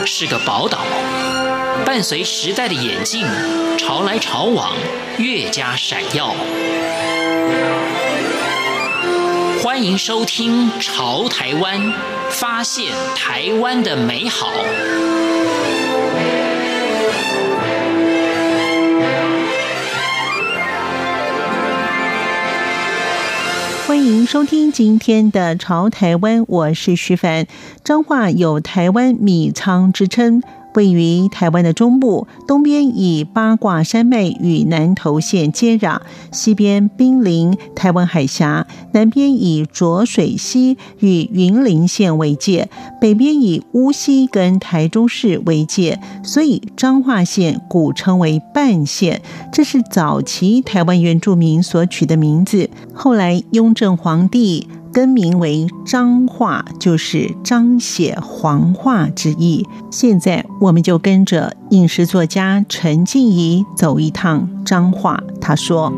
是个宝岛，伴随时代的演进，潮来潮往，越加闪耀。欢迎收听《潮台湾》，发现台湾的美好。 欢迎收听今天的《潮台湾》，我是徐凡。彰化有台湾米仓之称，位于台湾的中部，东边以八卦山脉与南投县接壤，西边濒临台湾海峡，南边以浊水溪与云林县为界，北边以乌溪跟台中市为界，所以彰化县古称为半县，这是早期台湾原住民所取的名字。后来雍正皇帝更名为彰化，就是彰显皇化之意。现在我们就跟着饮食作家陈静怡走一趟彰化。他说，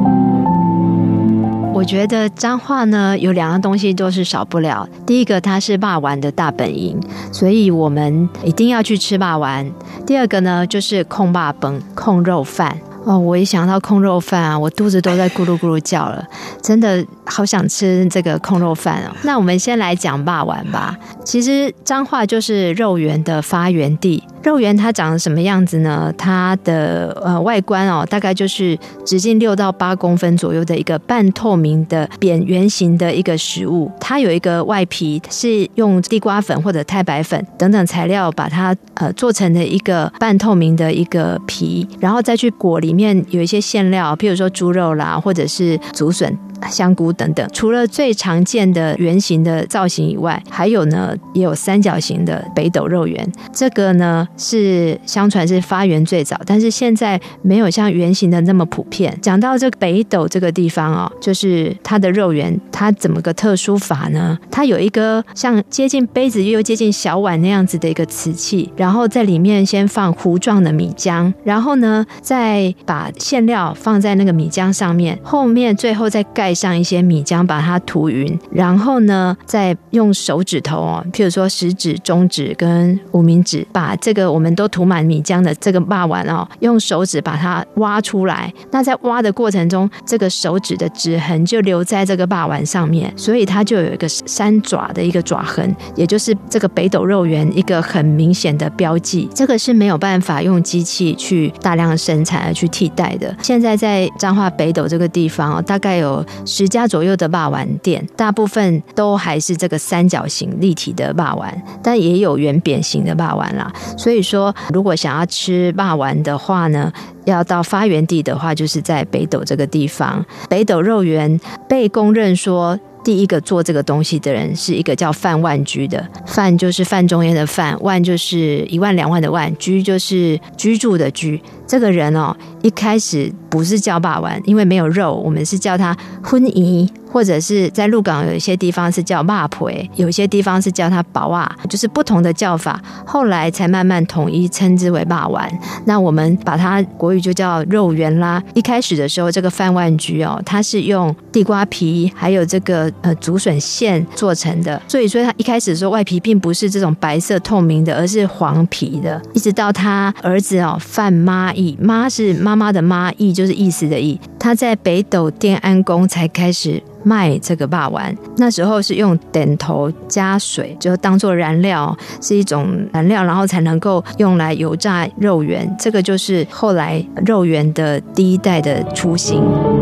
我觉得彰化呢有两样东西都是少不了。第一个，它是肉丸的大本营，所以我们一定要去吃肉丸。第二个呢，就是控肉饭、控肉饭。我一想到控肉饭啊，我肚子都在咕噜咕噜叫了，真的好想吃这个控肉饭哦。那我们先来讲肉丸吧。其实彰化就是肉圆的发源地。肉圆它长什么样子呢？它的外观大概就是直径6到8公分左右的一个半透明的扁圆形的一个食物。它有一个外皮是用地瓜粉或者太白粉等等材料把它做成的一个半透明的一个皮，然后再去裹里面有一些馅料，譬如说猪肉啦，或者是竹笋、香菇等等。除了最常见的圆形的造型以外，还有呢也有三角形的北斗肉圆。这个呢是相传是发源最早，但是现在没有像圆形的那么普遍。讲到这个北斗这个地方就是它的肉圆，它怎么个特殊法呢？它有一个像接近杯子又接近小碗那样子的一个瓷器，然后在里面先放糊状的米浆，然后呢再把馅料放在那个米浆上面，后面最后再盖上一些米浆把它涂匀，然后呢再用手指头譬如说食指、中指跟无名指，把这个我们都涂满米浆的这个肉丸用手指把它挖出来。那在挖的过程中，这个手指的指痕就留在这个肉丸上面，所以它就有一个3爪的一个爪痕，也就是这个北斗肉圆一个很明显的标记。这个是没有办法用机器去大量生产而去替代的。现在在彰化北斗这个地方大概有10家左右的肉丸店，大部分都还是这个三角形立体的肉丸，但也有圆扁形的肉丸啦。所以说如果想要吃肉丸的话呢，要到发源地的话，就是在北斗这个地方。北斗肉圆被公认说第一个做这个东西的人是一个叫范万居的。范就是范仲淹的范，万就是1万2万的万，居就是居住的居。这个人一开始不是叫肉丸，因为没有肉，我们是叫他荤宜，或者是在鹿港有一些地方是叫肉皮，有一些地方是叫他宝啊，就是不同的叫法，后来才慢慢统一称之为肉丸。那我们把它国语就叫肉圆啦。一开始的时候，这个范万居它是用地瓜皮还有这个竹笋馅做成的，所以说他一开始的时候外皮并不是这种白色透明的，而是黄皮的。一直到他儿子范妈义，妈是妈妈的妈，义就是意思的义，他在北斗奠安宫才开始卖这个肉丸。那时候是用点头加水，就当作燃料，是一种燃料，然后才能够用来油炸肉圆。这个就是后来肉圆的第一代的雏形。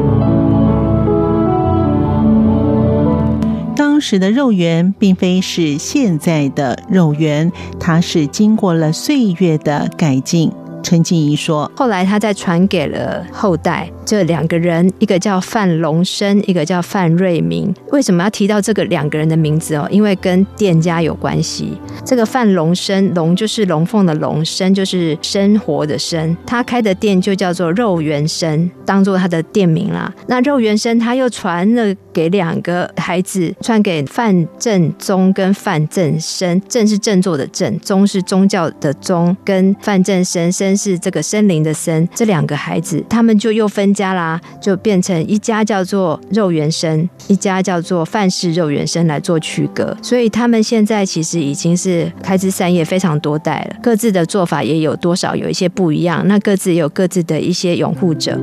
当时的肉圆并非是现在的肉圆，它是经过了岁月的改进。陈静怡说， 后来他再传给了后代，这2个人，一个叫范龙生，一个叫范瑞明。为什么要提到这个2个人的名字因为跟店家有关系。这个范龙生，龙就是龙凤的龙，生就是生活的生，他开的店就叫做肉圆生，当做他的店名啦。那肉圆生他又传了给2个孩子，传给范正宗跟范正生。正是振作的正，宗是宗教的宗，跟范正生，生是这个森林的森。这2个孩子他们就又分家啦，就变变成一家叫做肉圆生，一家叫做范式肉圆生来做区隔，所以他们现在其实已经是开枝散叶非常多代了，各自的做法也有多少有一些不一样，那各自也有各自的一些拥护者。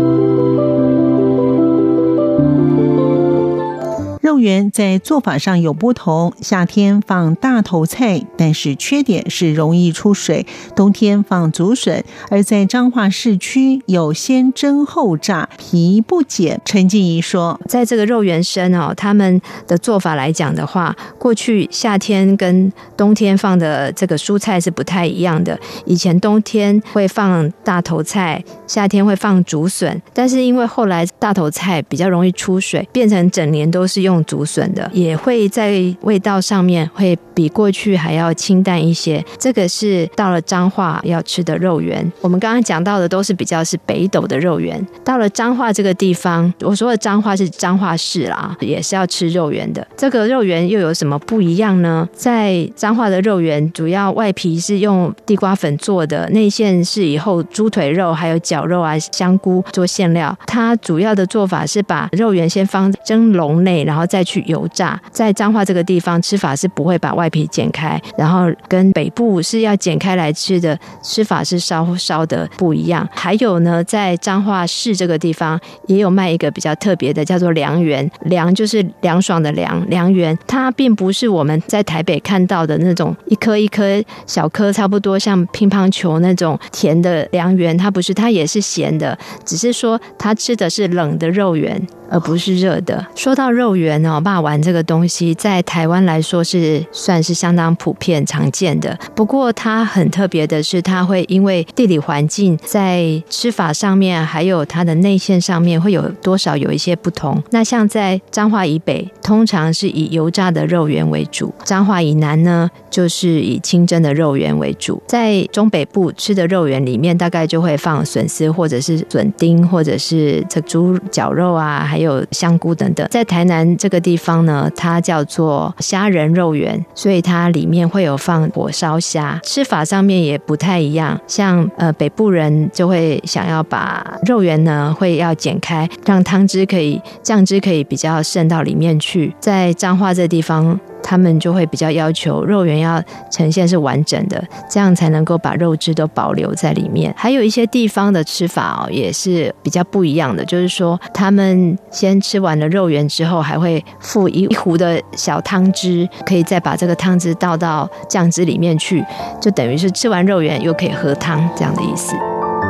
肉圆在做法上有不同，夏天放大头菜，但是缺点是容易出水，冬天放竹笋，而在彰化市区有先蒸后炸，皮不减。陈静怡说， 在这个肉圆生他们的做法来讲的话，过去夏天跟冬天放的这个蔬菜是不太一样的，以前冬天会放大头菜，夏天会放竹笋，但是因为后来大头菜比较容易出水，变成整年都是用竹笋的，也会在味道上面会比过去还要清淡一些。这个是到了彰化要吃的肉圆。我们刚刚讲到的都是比较是北斗的肉圆，到了彰化这个地方，我说的彰化是彰化市啦，也是要吃肉圆的。这个肉圆又有什么不一样呢？在彰化的肉圆主要外皮是用地瓜粉做的，内馅是以后猪腿肉还有绞肉啊、香菇做馅料。它主要的做法是把肉圆先放蒸笼内，然后再去油炸。在彰化这个地方吃法是不会把外皮剪开，然后跟北部是要剪开来吃的吃法是稍的不一样。还有呢，在彰化市这个地方也有卖一个比较特别的，叫做凉圆。凉就是凉爽的凉，凉圆它并不是我们在台北看到的那种一颗一颗小颗差不多像乒乓球那种甜的凉圆，它不是，它也是咸的，只是说它吃的是冷的肉圆而不是热的。说到肉圆肉丸这个东西在台湾来说是算是相当普遍常见的，不过它很特别的是它会因为地理环境在吃法上面还有它的内馅上面会有多少有一些不同。那像在彰化以北通常是以油炸的肉圆为主，彰化以南呢就是以清蒸的肉圆为主。在中北部吃的肉圆里面大概就会放笋丝或者是笋丁或者是这猪绞肉啊还有香菇等等。在台南这个地方呢，它叫做虾仁肉圆，所以它里面会有放火烧虾，吃法上面也不太一样。像北部人就会想要把肉圆呢会要剪开，让酱汁可以比较渗到里面去。在彰化这地方他们就会比较要求肉圆要呈现是完整的，这样才能够把肉汁都保留在里面。还有一些地方的吃法也是比较不一样的，就是说他们先吃完了肉圆之后还会附一壶的小汤汁，可以再把这个汤汁倒到酱汁里面去，就等于是吃完肉圆又可以喝汤这样的意思。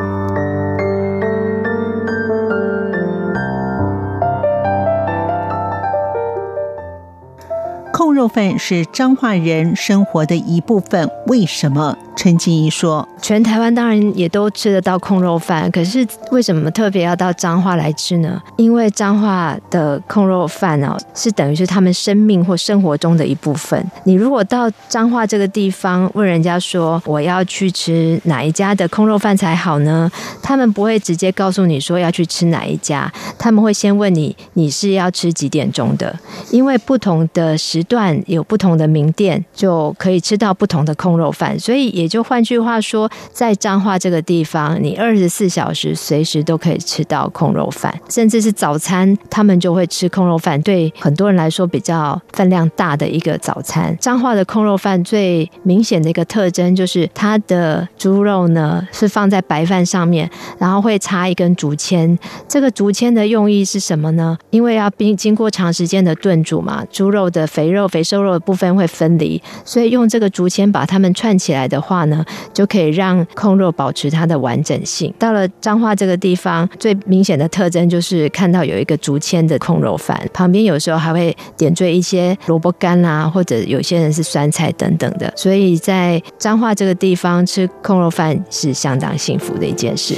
控肉饭是彰化人生活的一部分，为什么？陈静怡说， 全台湾当然也都吃得到控肉饭，可是为什么特别要到彰化来吃呢？因为彰化的控肉饭是等于是他们生命或生活中的一部分。你如果到彰化这个地方问人家说我要去吃哪一家的控肉饭才好呢，他们不会直接告诉你说要去吃哪一家，他们会先问你是要吃几点钟的，因为不同的时段有不同的名店，就可以吃到不同的控肉饭。所以也就换句话说，在彰化这个地方你24小时随时都可以吃到控肉饭，甚至是早餐他们就会吃控肉饭，对很多人来说比较分量大的一个早餐。彰化的控肉饭最明显的一个特征就是它的猪肉呢是放在白饭上面，然后会插一根竹签。这个竹签的用意是什么呢？因为要经过长时间的炖煮嘛，猪肉的肥瘦肉的部分会分离，所以用这个竹签把它们串起来的话呢，就可以让控肉保持它的完整性。到了彰化这个地方最明显的特征就是看到有一个竹签的控肉饭，旁边有时候还会点缀一些萝卜干啊，或者有些人是酸菜等等的。所以在彰化这个地方吃控肉饭是相当幸福的一件事。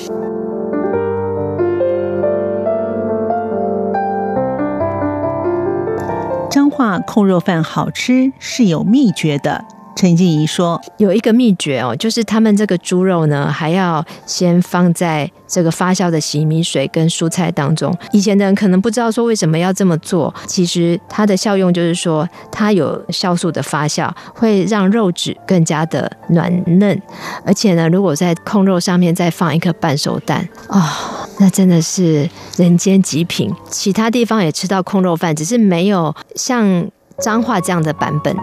彰化控肉饭好吃是有秘诀的，陈静怡说， 有一个秘诀就是他们这个猪肉呢还要先放在这个发酵的洗米水跟蔬菜当中。以前的人可能不知道说为什么要这么做，其实它的效用就是说它有酵素的发酵，会让肉质更加的软嫩，而且呢如果在控肉上面再放一颗半熟蛋那真的是人间极品。其他地方也吃到控肉饭，只是没有像彰化这样的版本的。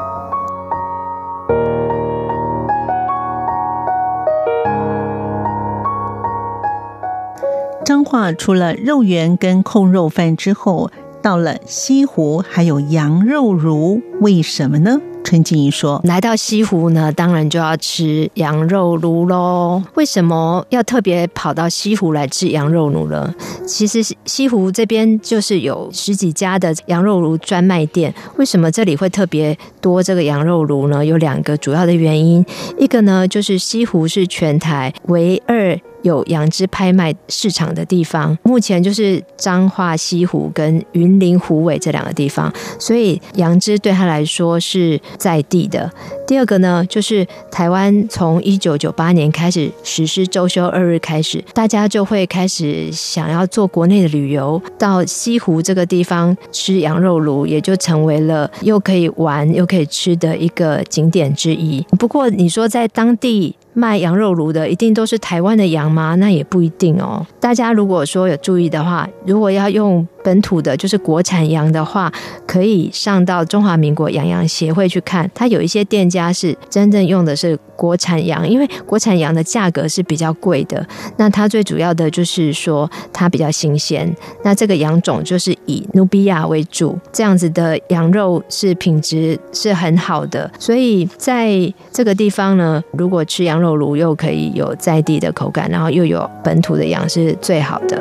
彰化除了肉圆跟控肉饭之后，到了西湖还有羊肉炉，为什么呢？陈静怡说， 来到西湖呢，当然就要吃羊肉炉咯。为什么要特别跑到西湖来吃羊肉炉呢？其实西湖这边就是有10几家的羊肉炉专卖店。为什么这里会特别多这个羊肉炉呢？有2个主要的原因。一个呢，就是西湖是全台唯2有羊脂拍卖市场的地方，目前就是彰化西湖跟云林湖尾这2个地方，所以羊脂对他来说是在地的。第二个呢，就是台湾从1998年开始实施周休2日开始，大家就会开始想要做国内的旅游，到西湖这个地方吃羊肉炉，也就成为了又可以玩又可以吃的一个景点之一。不过你说在当地卖羊肉炉的一定都是台湾的羊吗？那也不一定哦。大家如果说有注意的话，如果要用本土的就是国产羊的话，可以上到中华民国养羊协会去看，它有一些店家是真正用的是国产羊，因为国产羊的价格是比较贵的，那它最主要的就是说它比较新鲜，那这个羊种就是以努比亚为主，这样子的羊肉是品质是很好的。所以在这个地方呢，如果吃羊肉炉又可以有在地的口感，然后又有本土的羊是最好的。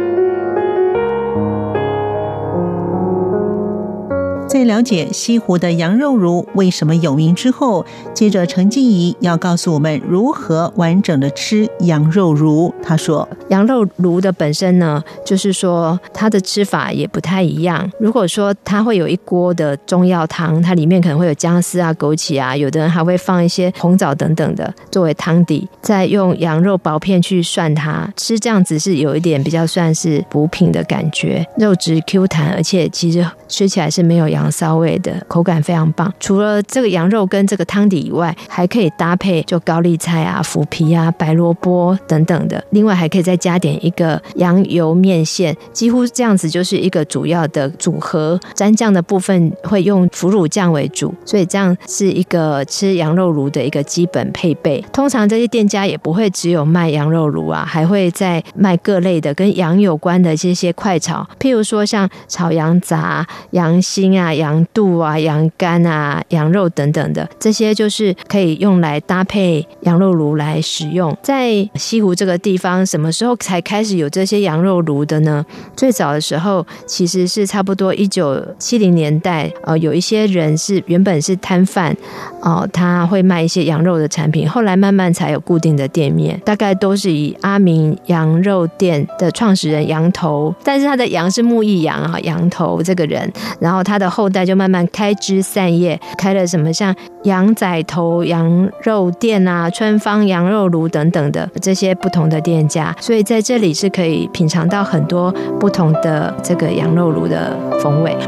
在了解西湖的羊肉炉为什么有名之后，接着陈静怡要告诉我们如何完整的吃羊肉炉。她说， 羊肉炉的本身呢，就是说它的吃法也不太一样。如果说它会有一锅的中药汤，它里面可能会有姜丝啊、枸杞啊，有的人还会放一些红枣等等的作为汤底，再用羊肉薄片去涮它，吃这样子是有一点比较算是补品的感觉，肉质 Q 弹，而且其实吃起来是没有羊骚味的，口感非常棒。除了这个羊肉跟这个汤底以外，还可以搭配就高丽菜啊、腐皮啊、白萝卜等等的，另外还可以再加点一个羊油面线，几乎这样子就是一个主要的组合。蘸酱的部分会用腐乳酱为主，所以这样是一个吃羊肉炉的一个基本配备。通常这些店家也不会只有卖羊肉炉啊，还会再卖各类的跟羊有关的这些快炒，譬如说像炒羊杂、羊心啊、羊肚啊、羊肝啊、羊肉等等的，这些就是可以用来搭配羊肉炉来使用。在西湖这个地方，什么时候才开始有这些羊肉炉的呢？最早的时候其实是差不多1970年代，有一些人是原本是摊贩，他会卖一些羊肉的产品，后来慢慢才有固定的店面，大概都是以阿明羊肉店的创始人羊头，但是他的羊是木易羊啊，羊头这个人，然后他的后代就慢慢开枝散叶，开了什么像羊仔头羊肉店啊、春芳羊肉炉等等的这些不同的店家，所以在这里是可以品尝到很多不同的这个羊肉炉的风味。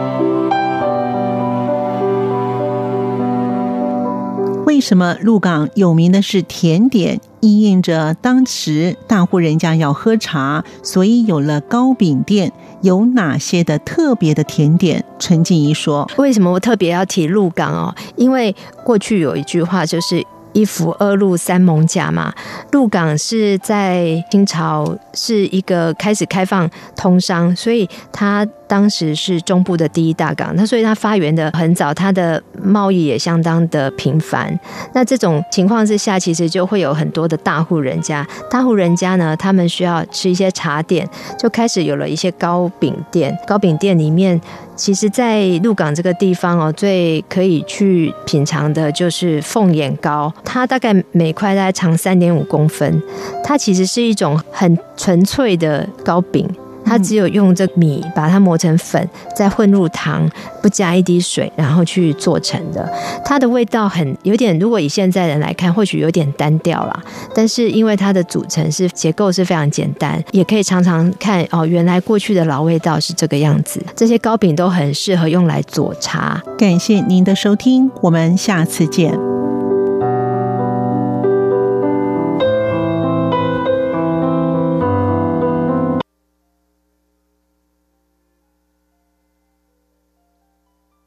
为什么鹿港有名的是甜点？因应着当时大户人家要喝茶，所以有了糕饼店。有哪些的特别的甜点？陈静怡说， 为什么我特别要提鹿港哦？因为过去有一句话就是一府二鹿三艋舺嘛，鹿港是在清朝是一个开始开放通商，所以它当时是中部的第一大港，那所以它发源的很早，它的贸易也相当的频繁。那这种情况之下，其实就会有很多的大户人家，大户人家呢，他们需要吃一些茶点，就开始有了一些糕饼店。糕饼店里面，其实在鹿港这个地方最可以去品尝的就是凤眼糕，它大概每块大概长3.5公分，它其实是一种很纯粹的糕饼，它只有用这米把它磨成粉，再混入糖，不加一滴水，然后去做成的。它的味道有点，如果以现在人来看，或许有点单调啦。但是因为它的组成结构是非常简单，也可以常常看原来过去的老味道是这个样子。这些糕饼都很适合用来佐茶。 感谢您的收听，我们下次见。